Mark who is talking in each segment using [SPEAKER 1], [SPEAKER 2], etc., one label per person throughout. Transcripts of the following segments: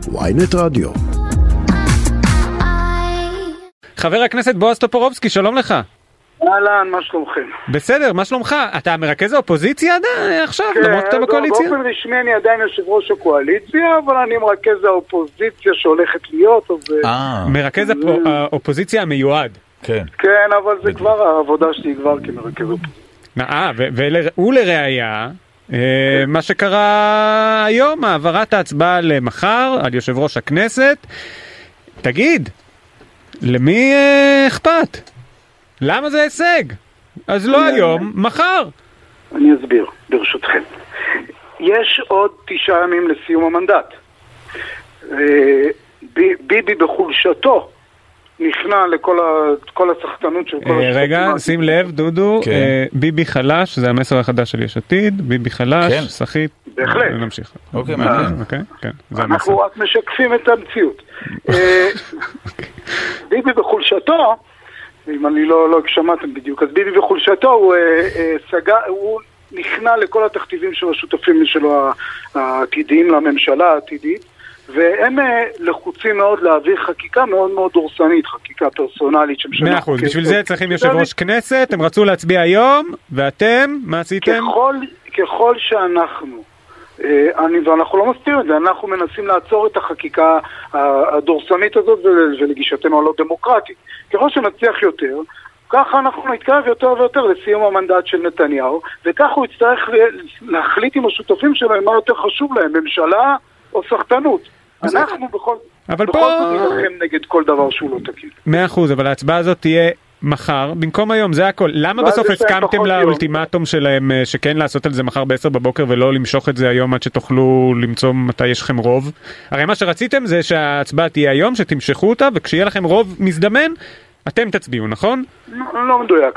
[SPEAKER 1] ynet רדיו.
[SPEAKER 2] חבר הכנסת בועז טופורובסקי, שלום לך.
[SPEAKER 3] אהלן, מה שלומכם?
[SPEAKER 2] בסדר, מה שלומך? אתה מרכז האופוזיציה עדיין עכשיו, למרות שאתה בקואליציה?
[SPEAKER 3] באופן רשמי אני עדיין יושב ראש הקואליציה, אבל אני מרכז האופוזיציה שהולכת להיות.
[SPEAKER 2] מרכז האופוזיציה המיועד.
[SPEAKER 3] כן, אבל זה כבר העבודה שלי כבר כמרכז האופוזיציה.
[SPEAKER 2] ולראיה, מה שקרה היום, העברת ההצבעה למחר על יושב ראש הכנסת. תגיד, למי אכפת? למה זה הישג? אז לא היום, מחר.
[SPEAKER 3] אני אסביר, ברשותכם. יש עוד 9 ימים לסיום המנדט. ביבי בחולשתו נכנע לכל הסחטנות של כל השחקנים.
[SPEAKER 2] רגע, שים לב, דודו, ביבי חלש, זה המסר החדש של יש עתיד, ביבי חלש, שחית.
[SPEAKER 3] בהחלט.
[SPEAKER 2] נמשיך.
[SPEAKER 4] אוקיי, מעניין.
[SPEAKER 3] אנחנו רק משקפים את המציאות. ביבי בחולשתו, אם אני לא שמעתם בדיוק, אז ביבי בחולשתו הוא נכנע לכל התכתיבים של השותפים שלו העתידיים לממשלה העתידית, והם לחוצים מאוד להעביר חקיקה מאוד מאוד דורסנית, חקיקה פרסונלית שמשנה.
[SPEAKER 2] 100%, בשביל זה צריכים יושב ראש כנסת, הם רצו להצביע היום, ואתם, מה עשיתם?
[SPEAKER 3] ככל שאנחנו, ואנחנו לא מסתירים את זה, אנחנו מנסים לעצור את החקיקה הדורסנית הזאת ולגישתנו הלא דמוקרטית. ככל שנצליח יותר, ככה אנחנו נתקרב יותר ויותר לסיום המנדט של נתניהו, וככה הוא יצטרך להחליט עם השותפים שלהם מה יותר חשוב להם, ממשלה או סחטנות. אנחנו בכל זאת נלחם נגד כל דבר שהוא לא תקין.
[SPEAKER 2] 100%, אבל ההצבעה הזאת תהיה מחר, במקום היום, זה הכל. למה בסוף הסכמתם לאולטימטום שלהם שכן לעשות על זה מחר ב-10 בבוקר ולא למשוך את זה היום עד שתוכלו למצוא מתי יש לכם רוב? הרי מה שרציתם זה שההצבעה תהיה היום, שתמשכו אותה, וכשיהיה לכם רוב מזדמן, אתם תצביעו, נכון?
[SPEAKER 3] לא מדויק.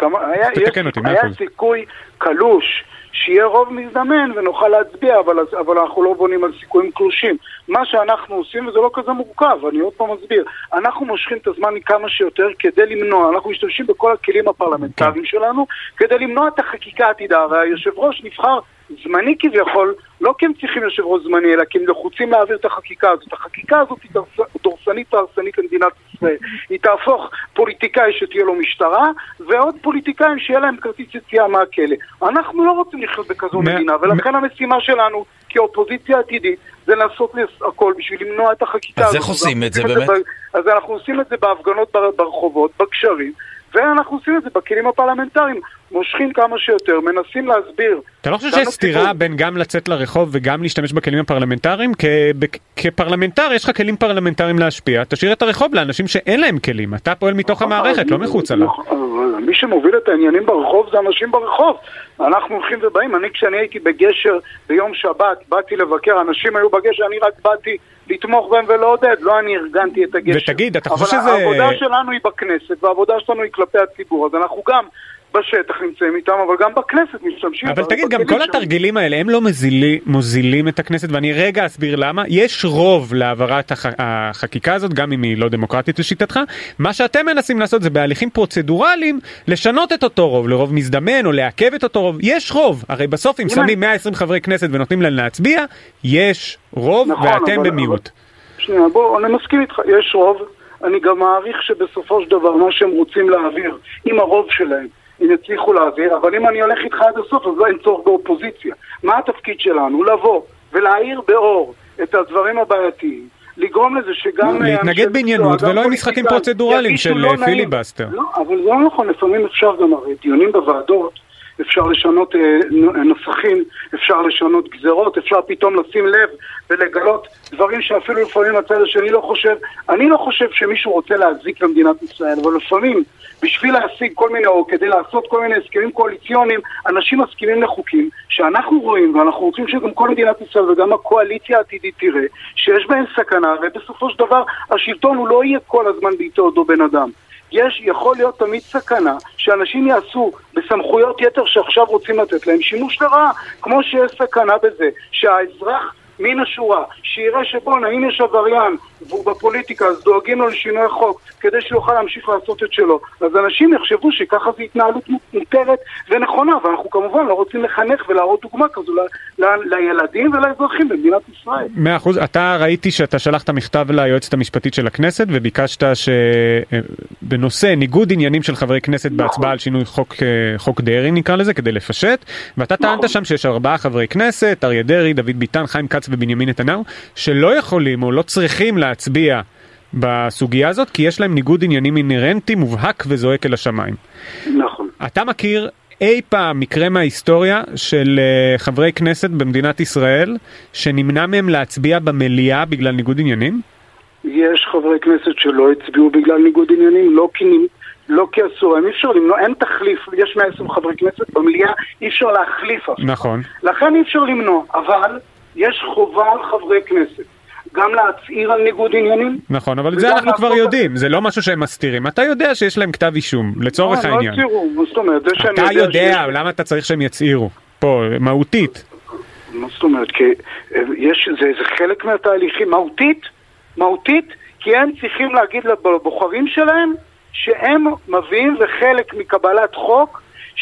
[SPEAKER 3] היה סיכוי קלוש שיהיה רוב מזדמן ונוכל להצביע, אבל אנחנו לא בונים על סיכויים קלושים. מה שאנחנו עושים, וזה לא כזה מורכב, אני עוד פעם מסביר, אנחנו מושכים את הזמן כמה שיותר כדי למנוע, אנחנו משתמשים בכל הכלים הפרלמנטריים שלנו, כדי למנוע את החקיקה העתידה. הרי היושב ראש נבחר זמני כביכול, לא כי הם צריכים יושב ראש זמני, אלא כי הם לחוצים להעביר את החקיקה הזאת. החקיקה הזאת היא דורסנית הרסנית למדינת ישראל. היא תהפוך פוליטיקאי שתהיה לו משטרה, ועוד פוליטיקאים שיהיה להם כרטיס יציאה מהכלא. אנחנו לא רוצים לחיות בכזו מדינה, ולכן המשימה שלנו כאופוזיציה עתידית זה לעשות הכל בשביל למנוע את החקיקה הזאת.
[SPEAKER 4] אז איך עושים את זה באמת?
[SPEAKER 3] אז אנחנו עושים את זה בהפגנות ברחובות, בקשרים, ואנחנו עושים את זה בכלים הפרלמנטריים, מושכים כמה שיותר, מנסים להסביר.
[SPEAKER 2] אתה לא חושב שיש סתירה בין גם לצאת לרחוב וגם להשתמש בכלים הפרלמנטריים? כפרלמנטר יש לך כלים פרלמנטריים להשפיע, תשאיר את הרחוב לאנשים שאין להם כלים, אתה פועל מתוך המערכת, לא מחוץ עליו.
[SPEAKER 3] מי שמוביל את העניינים ברחוב זה אנשים ברחוב, אנחנו הולכים ובאים. כשאני הייתי בגשר ביום שבת, באתי לבקר, אנשים היו בגשר, אני רק באתי לתמוך בהם ולא עודד, לא אני ארגנתי את הגשר.
[SPEAKER 2] ותגיד, אתה חושב שזה...
[SPEAKER 3] אבל העבודה שלנו היא בכנסת, והעבודה שלנו היא כלפי הציבור, אז אנחנו גם בשטח נמצאים איתם, אבל גם בכנסת משתמשים.
[SPEAKER 2] אבל תגיד, גם כל התרגילים האלה, הם לא מוזילים את הכנסת, ואני רגע אסביר למה. יש רוב להעברת החקיקה הזאת, גם אם היא לא דמוקרטית לשיטתך. מה שאתם מנסים לעשות זה בהליכים פרוצדורליים, לשנות את אותו רוב, לרוב מזדמן, או לעכב את אותו רוב. יש רוב. הרי בסוף, אם שמים 120 חברי כנסת ונותנים להם להצביע, יש רוב, ואתם במיעוט.
[SPEAKER 3] שנייה, אני מסכים איתך, יש רוב. אני גם מעריך שבסופו של דבר, מה שהם רוצים להעביר, עם הרוב שלהם, אם יצליחו להעביר, אבל אם אני הולך איתך עד הסוף, אז לא אין צורך באופוזיציה. מה התפקיד שלנו? לבוא ולהעיר באור את הדברים הבעייתיים, לגרום לזה שגם...
[SPEAKER 2] להתנגד בעניינות ולא עם משחקים פרוצדורליים של פיליבסטר.
[SPEAKER 3] לא, אבל זה לא נכון, לפעמים אפשר גם, הרי דיונים בוועדות, אפשר לשנות נוסחים, אפשר לשנות גזרות, אפשר פתאום לשים לב ולגלות דברים שאפילו לפעמים הצד השני לא חושב. אני לא חושב שמישהו רוצה להזיק למדינת ישראל, אבל לפעמים בשביל להשיג כל מיני, או כדי לעשות כל מיני הסכמים קואליציוניים, אנשים מסכימים לחוקים שאנחנו רואים, ואנחנו רוצים שגם כל מדינת ישראל וגם הקואליציה העתידית תראה שיש בהם סכנה, ובסופו של דבר השלטון הוא לא יהיה כל הזמן ביתו אותו בן אדם. יכול להיות תמיד סכנה שאנשים יעשו בסמכויות יתר שעכשיו רוצים לתת להם שימוש לרעה, כמו שיש סכנה בזה שהאזרח מן השורה, שיראה שבונה, אם יש עבריין והוא בפוליטיקה, אז דואגים לו לשינוי החוק כדי שהוא יוכל להמשיך לעשות את שלו. אז אנשים יחשבו שככה זו התנהלות מותרת ונכונה, ואנחנו כמובן לא רוצים לחנך ולהראות דוגמה כזו לילדים ולאזרחים במדינת ישראל.
[SPEAKER 2] 100%. אתה ראיתי שאתה שלחת מכתב ליועצת המשפטית של הכנסת וביקשת שבנושא ניגוד עניינים של חברי כנסת בהצבעה על שינוי חוק דרעי נקרא לזה כדי לפשט, ואתה טענת שם שיש 4 חברי כנסת, אריה דרעי, דוד ביטן, חיים כץ ובנימין נתניהו, שלא יכולים או לא צריכים להצביע בסוגיה הזאת, כי יש להם ניגוד עניינים אינהרנטי מובהק וזועק אל השמיים.
[SPEAKER 3] נכון.
[SPEAKER 2] אתה מכיר אי פעם מקרה מההיסטוריה של חברי כנסת במדינת ישראל שנמנע מהם להצביע במליאה בגלל ניגוד עניינים?
[SPEAKER 3] יש חברי כנסת שלא הצביעו בגלל ניגוד עניינים, לא כי אסור, הם אי אפשר למנוע, אין תחליף, יש 120 חברי כנסת במליאה, אי אפשר להחליף.
[SPEAKER 2] נכון.
[SPEAKER 3] לכן אי אפשר למנוע, אבל יש חובה על חברי כנסת גם להצהיר על ניגוד עניינים.
[SPEAKER 2] נכון, אבל זה אנחנו כבר יודעים, זה לא משהו שהם מסתירים. אתה יודע שיש להם כתב אישום, לצורך העניין.
[SPEAKER 3] לא יצהירו, מה זאת אומרת?
[SPEAKER 2] אתה יודע, למה אתה צריך שהם יצהירו? פה, מהותית.
[SPEAKER 3] מה זאת אומרת? כי זה חלק מהתהליכים, מהותית, כי הם צריכים להגיד לבוחרים שלהם שהם מביאים וחלק מקבלת חוק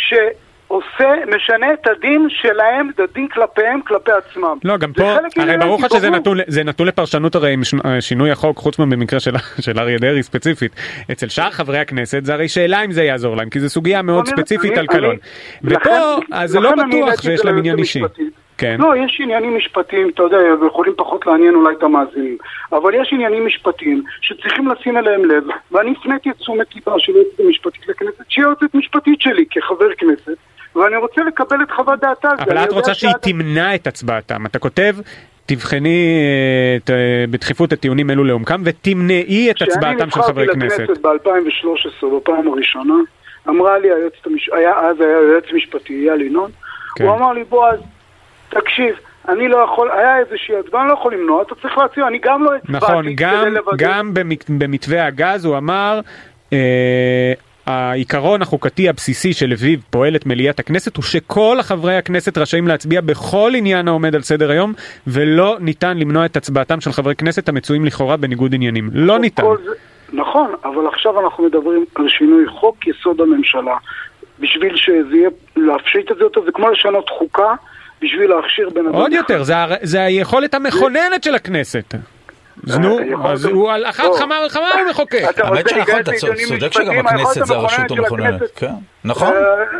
[SPEAKER 3] משנה את הדין שלהם, את הדין כלפיהם, כלפי עצמם.
[SPEAKER 2] לא, גם פה, הרי ברור לך שזה נתון לפרשנות הרי עם שינוי החוק, חוץ במקרה של אריה דרעי ספציפית. אצל שאר חברי הכנסת, זה הרי שאלה אם זה יעזור להם, כי זו סוגיה מאוד ספציפית על קלון. ופה, אז זה לא בטוח שיש להם עניין אישי.
[SPEAKER 3] לא, יש עניינים משפטיים, אתה יודע, ויכולים פחות לעניין אולי את המאזינים, אבל יש עניינים משפטיים שצריכים לשים אליהם לב, ואני הפניתי את תשומת ליבה של יועצת המשפטית לכנסת, שהיא יועצת משפטית שלי כחבר כנסת, ואני רוצה לקבל את חוות דעתה.
[SPEAKER 2] אבל את רוצה שהיא תמנע את הצבעתם. אתה כותב, תבחני בדחיפות את טיעונים אלו לעומקם, ותמנעי את הצבעתם של חברי כנסת.
[SPEAKER 3] כשאני נבחרתי לכנסת ב-2013, בפעם הראשונה, אמרה לי אז היה יועץ משפטי, אייל ינון, הוא אמר לי, בועז, תקשיב, אני לא יכול, היה איזושהי הצבעה, אני לא יכול למנוע, אתה צריך להציע, אני גם לא הצבעתי.
[SPEAKER 2] נכון, גם במתווה הגז הוא אמר, העיקרון החוקתי הבסיסי שלפיו פועלת מליאת הכנסת הוא שכל חברי הכנסת רשאים להצביע בכל עניין העומד על סדר היום, ולא ניתן למנוע את הצבעתם של חברי כנסת המצויים לכאורה בניגוד עניינים. לא ניתן.
[SPEAKER 3] נכון, אבל עכשיו אנחנו מדברים על שינוי חוק יסוד הממשלה. בשביל שזה יהיה, להפשיט את זה יותר, זה כמו לשנות חוקה, בשביל להכשיר בן אדם.
[SPEAKER 2] עוד יותר, זה היכולת המכוננת של הכנסת. אז הוא על אחת חמה וחמה הוא מחוקק.
[SPEAKER 1] האמת שנכון, אתה צודק שגם הכנסת זה הרשות המכוננת. נכון?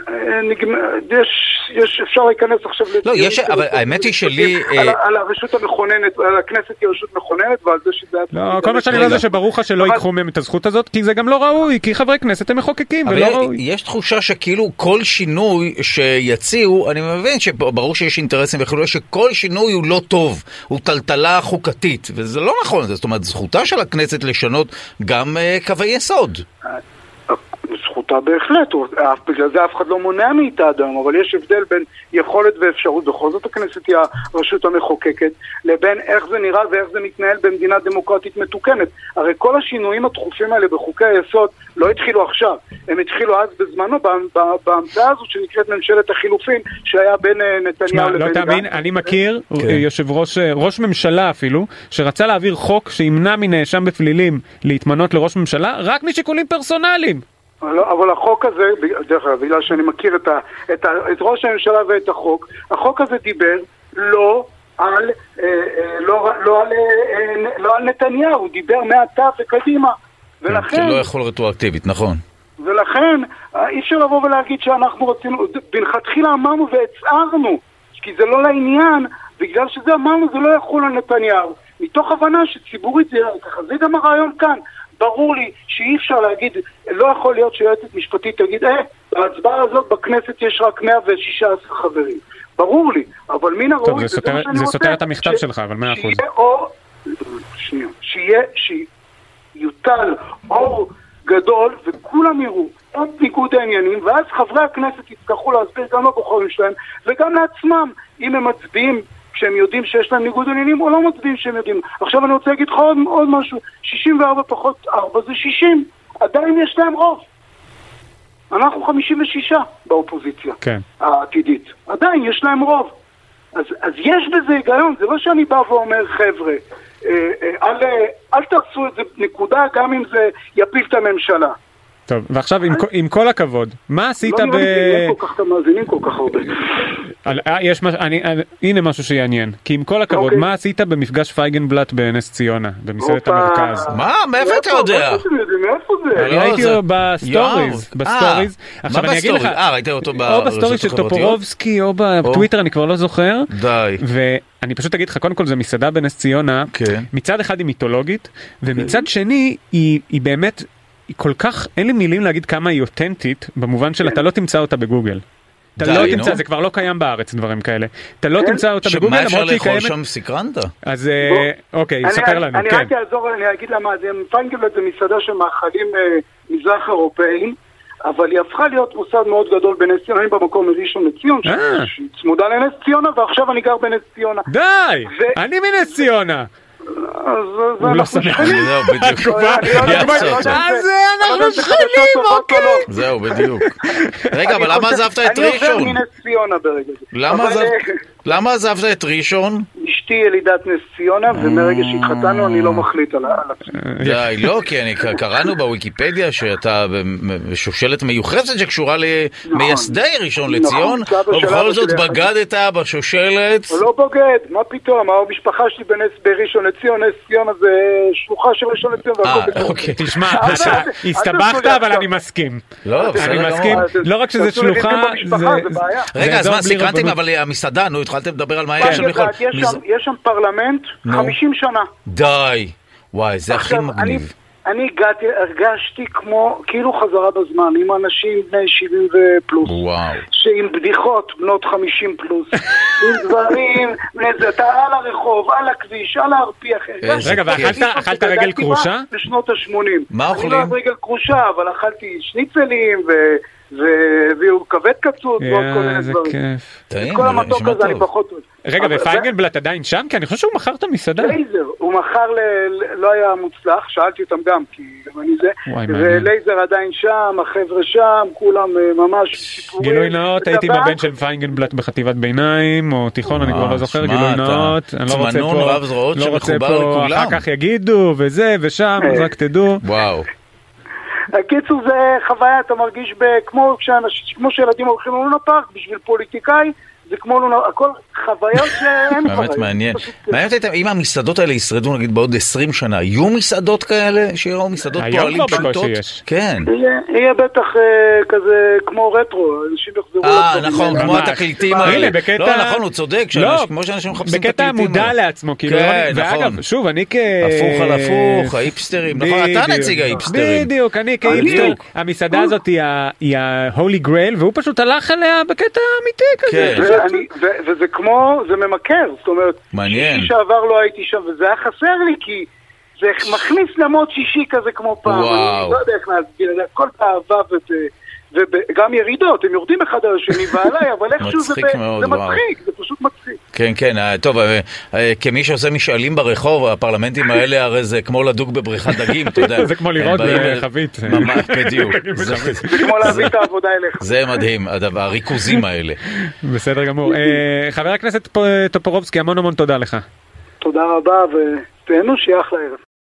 [SPEAKER 3] אפשר להיכנס עכשיו
[SPEAKER 1] לא, אבל האמת היא שלי
[SPEAKER 3] על הרשות המכוננת, על הכנסת כרשות מכוננת ועל זה שזה...
[SPEAKER 2] לא, כל מה שאני לא זה שברוך לך שלא ייקחו מהם את הזכות הזאת, כי זה גם לא ראוי, כי חברי כנסת הם מחוקקים ולא ראוי.
[SPEAKER 1] יש תחושה שכאילו כל שינוי שיציעו, אני מבין שברור שיש אינטרסים וכאילו שכל שינוי הוא לא טוב, הוא טלטלה חוקתית, וזה לא נכון, זאת אומרת, זכותה של הכנסת לשנות גם קווי יסוד.
[SPEAKER 3] זכותה בהחלט, בגלל זה אף אחד לא מונע מאיתנו, אבל יש הבדל בין יכולת ואפשרות, בכל זאת הכנסת היא הרשות המחוקקת, לבין איך זה נראה ואיך זה מתנהל במדינה דמוקרטית מתוקנת. הרי כל השינויים התכופים האלה בחוקי היסוד לא התחילו עכשיו, הם התחילו אז בזמנו, בהמצאה הזאת שנקראת ממשלת החילופין, שהיה בין נתניהו לבין...
[SPEAKER 2] לא תאמין, אני מכיר ראש ממשלה אפילו, שרצה להעביר חוק שימנע מנאשם בפלילים להתמנות לראש ממשלה, רק משיקולים פרסונליים.
[SPEAKER 3] אבל החוק הזה, דרך אגב, בגלל שאני מכיר את ראש הממשלה ואת החוק הזה דיבר לא על נתניהו, הוא דיבר מעתה וקדימה.
[SPEAKER 1] ולכן... שלא יכול רטרואקטיבית, נכון.
[SPEAKER 3] ולכן, אי אפשר לבוא ולהגיד שאנחנו רצינו, בלכתחילה אמרנו והצערנו, כי זה לא לעניין, בגלל שזה אמרנו זה לא יחול על נתניהו. מתוך הבנה שציבורית זה ככה, זה גם הרעיון כאן. ברור לי שאי אפשר להגיד, לא יכול להיות שיועצת משפטית תגיד, בהצבעה הזאת בכנסת יש רק 116 חברים. ברור לי, אבל מן הראוי...
[SPEAKER 2] טוב, זה סותר את המכתב שלך, אבל 100%.
[SPEAKER 3] שיוטל אור גדול וכולם יראו את ניגוד העניינים, ואז חברי הכנסת יצטרכו להסביר גם לבוחרים שלהם וגם לעצמם, אם הם מצביעים כשהם יודעים שיש להם ניגוד עניינים או לא מצביעים שהם יודעים. עכשיו אני רוצה להגיד לך עוד משהו, 64 פחות 4 זה 60, עדיין יש להם רוב. אנחנו 56 באופוזיציה העתידית, עדיין יש להם רוב. אז יש בזה היגיון, זה לא שאני בא ואומר, חבר'ה, אל תעשו את זה נקודה, גם אם זה יפיל את הממשלה.
[SPEAKER 2] טוב, ועכשיו עם כל הכבוד, מה עשית
[SPEAKER 3] לא נראה לי זה כל כך מאזינים כל כך הרבה.
[SPEAKER 2] הנה משהו שיעניין, כי עם כל הכבוד, מה עשית במפגש פייגנבלט בנס ציונה, במסעדת המרכז?
[SPEAKER 1] מה? מאיפה אתה יודע?
[SPEAKER 3] מאיפה זה?
[SPEAKER 2] אני הייתי בסטוריז. עכשיו אני אגיד לך,
[SPEAKER 1] ראית אותו
[SPEAKER 2] או בסטוריז של טופורובסקי, או בטוויטר, אני כבר לא זוכר.
[SPEAKER 1] די.
[SPEAKER 2] ואני פשוט אגיד לך, קודם כל זה מסעדה בנס ציונה, מצד אחד היא מיתולוגית, ומצד שני היא באמת, היא כל כך, אין לי מילים להגיד כמה היא אותנטית, במובן של אתה לא תמצא אותה בגוגל. אתה לא תמצא, זה כבר לא קיים בארץ, דברים כאלה. אתה לא תמצא אותה בגוגל, למרות שהיא קיימת.
[SPEAKER 1] מה אפשר לאכול שם סקרנת?
[SPEAKER 2] אז אוקיי, ספר לנו,
[SPEAKER 3] כן. אני רק אעזור, אני אגיד למה, פיינגבלט זה מסעדה של מאכלים מזרח אירופאים, אבל היא הפכה להיות מוסד מאוד גדול בנס ציונה, אני במקום מראשון לציון, צמודה לנס ציונה, ועכשיו אני גר בנס ציונה.
[SPEAKER 2] די! אני מנס ציונה!
[SPEAKER 3] הוא
[SPEAKER 2] לא שמח.
[SPEAKER 1] זהו, בדיוק.
[SPEAKER 2] אז אנחנו שכנים, אוקיי.
[SPEAKER 1] זהו, בדיוק. רגע, אבל למה עזבת את ראשון?
[SPEAKER 3] אני עובר מנס ציונה ברגע זה.
[SPEAKER 1] למה עזבת את ראשון?
[SPEAKER 3] אשתי ילידת נס ציונה, ומרגע שהתחתנו אני לא מחליט על עצמי.
[SPEAKER 1] די, לא, כי קראנו בוויקיפדיה שאתה בשושלת מיוחסת שקשורה למייסדי ראשון לציון, ובכל זאת בגדת בשושלת.
[SPEAKER 3] לא בוגד, מה פתאום? המשפחה שלי בראשון לציון, נס ציונה זה שלוחה של ראשון לציון.
[SPEAKER 2] אוקיי, תשמע, הסתבכת, אבל אני מסכים. אני מסכים, לא רק שזה שלוחה,
[SPEAKER 1] רגע, אז מה, סקרנתם, אבל המסעדה, נו, התחלתם לדבר על מה היה שם לכל...
[SPEAKER 3] יש שם פרלמנט 50 שנה.
[SPEAKER 1] די. וואי, זה הכי מגניב.
[SPEAKER 3] אני הגעתי, הרגשתי כמו, כאילו חזרה בזמן, עם אנשים בני 70 ופלוס.
[SPEAKER 1] וואו.
[SPEAKER 3] שעם בדיחות בנות 50 פלוס. עם דברים, אתה על הרחוב, על הכביש, על ההרפיח.
[SPEAKER 2] רגע, ואכלת רגל קרושה?
[SPEAKER 3] בשנות ה-80.
[SPEAKER 1] מה אוכלים?
[SPEAKER 3] אני לא רגל קרושה, אבל אכלתי שניצלים והביאו כבד קצוץ ועוד כל מיני דברים.
[SPEAKER 2] איזה כיף.
[SPEAKER 1] טעים,
[SPEAKER 3] כל המתוק הזה אני פחות...
[SPEAKER 2] רגע, ופיינגנבלט עדיין שם? כי אני חושב שהוא מכר את המסעדה.
[SPEAKER 3] לייזר, הוא מכר לא היה מוצלח, שאלתי אותם גם, כי גם אני זה. ולייזר עדיין שם, החבר'ה שם, כולם ממש סיפורים.
[SPEAKER 2] גילוי נאות, הייתי עם הבן של פיינגנבלט בחטיבת ביניים, או תיכון, אני כבר לא זוכר, גילוי נאות.
[SPEAKER 1] צמנון רב זרועות שמחובר לכולם.
[SPEAKER 2] אחר כך יגידו, וזה, ושם, אז רק תדעו.
[SPEAKER 1] וואו.
[SPEAKER 3] הקיצור זה חוויה, אתה מרגיש כמו שילדים הולכים ללונה פארק, בשביל פוליטיקאי, זה כמו לונה, הכל חוויות שאין חוויות.
[SPEAKER 1] באמת מעניין. מעניין אותי, אם המסעדות האלה ישרדו נגיד בעוד 20 שנה, יהיו מסעדות כאלה שיראו מסעדות פועלים פשוטות? כן.
[SPEAKER 3] יהיה בטח כזה כמו רטרו, אנשים יחזרו.
[SPEAKER 1] נכון, כמו התקליטים האלה. לא, נכון, הוא צודק, כמו שאנשים מחפשים תקליטים.
[SPEAKER 2] בקטע מודע לעצמו, כאילו. ואגב, שוב, אני
[SPEAKER 1] הפוך על הפוך, האיפסטרים. נכון, אתה נציג האיפסטרים.
[SPEAKER 2] בדיוק, אני כאיפסטר. המסעדה הזאת היא ה-Holy Grail, והוא פשוט הלך אליה בקטע אמיתי כזה.
[SPEAKER 3] וזה כמו, זה ממכר, זאת אומרת,
[SPEAKER 1] מעניין.
[SPEAKER 3] שישי שעבר לא הייתי שם, וזה היה חסר לי, כי זה מכניס למות שישי כזה כמו פעם, אני לא יודע איך להסביר, הכל באהבה וגם ירידות, הם יורדים אחד על השני ועליי, אבל איכשהו זה מצחיק, זה פשוט מצחיק.
[SPEAKER 1] כן, כן, טוב, כמי שעושה משאלים ברחוב, הפרלמנטים האלה הרי זה כמו לדוג בבריכת דגים, אתה יודע.
[SPEAKER 2] זה כמו לראות בחבית.
[SPEAKER 1] ממש, בדיוק.
[SPEAKER 3] זה כמו להביא את העבודה אליך.
[SPEAKER 1] זה מדהים, הריכוזים האלה.
[SPEAKER 2] בסדר גמור. חבר הכנסת טופורובסקי, המון המון תודה לך.
[SPEAKER 3] תודה רבה, ותהנו שיהיה אחלה ערב.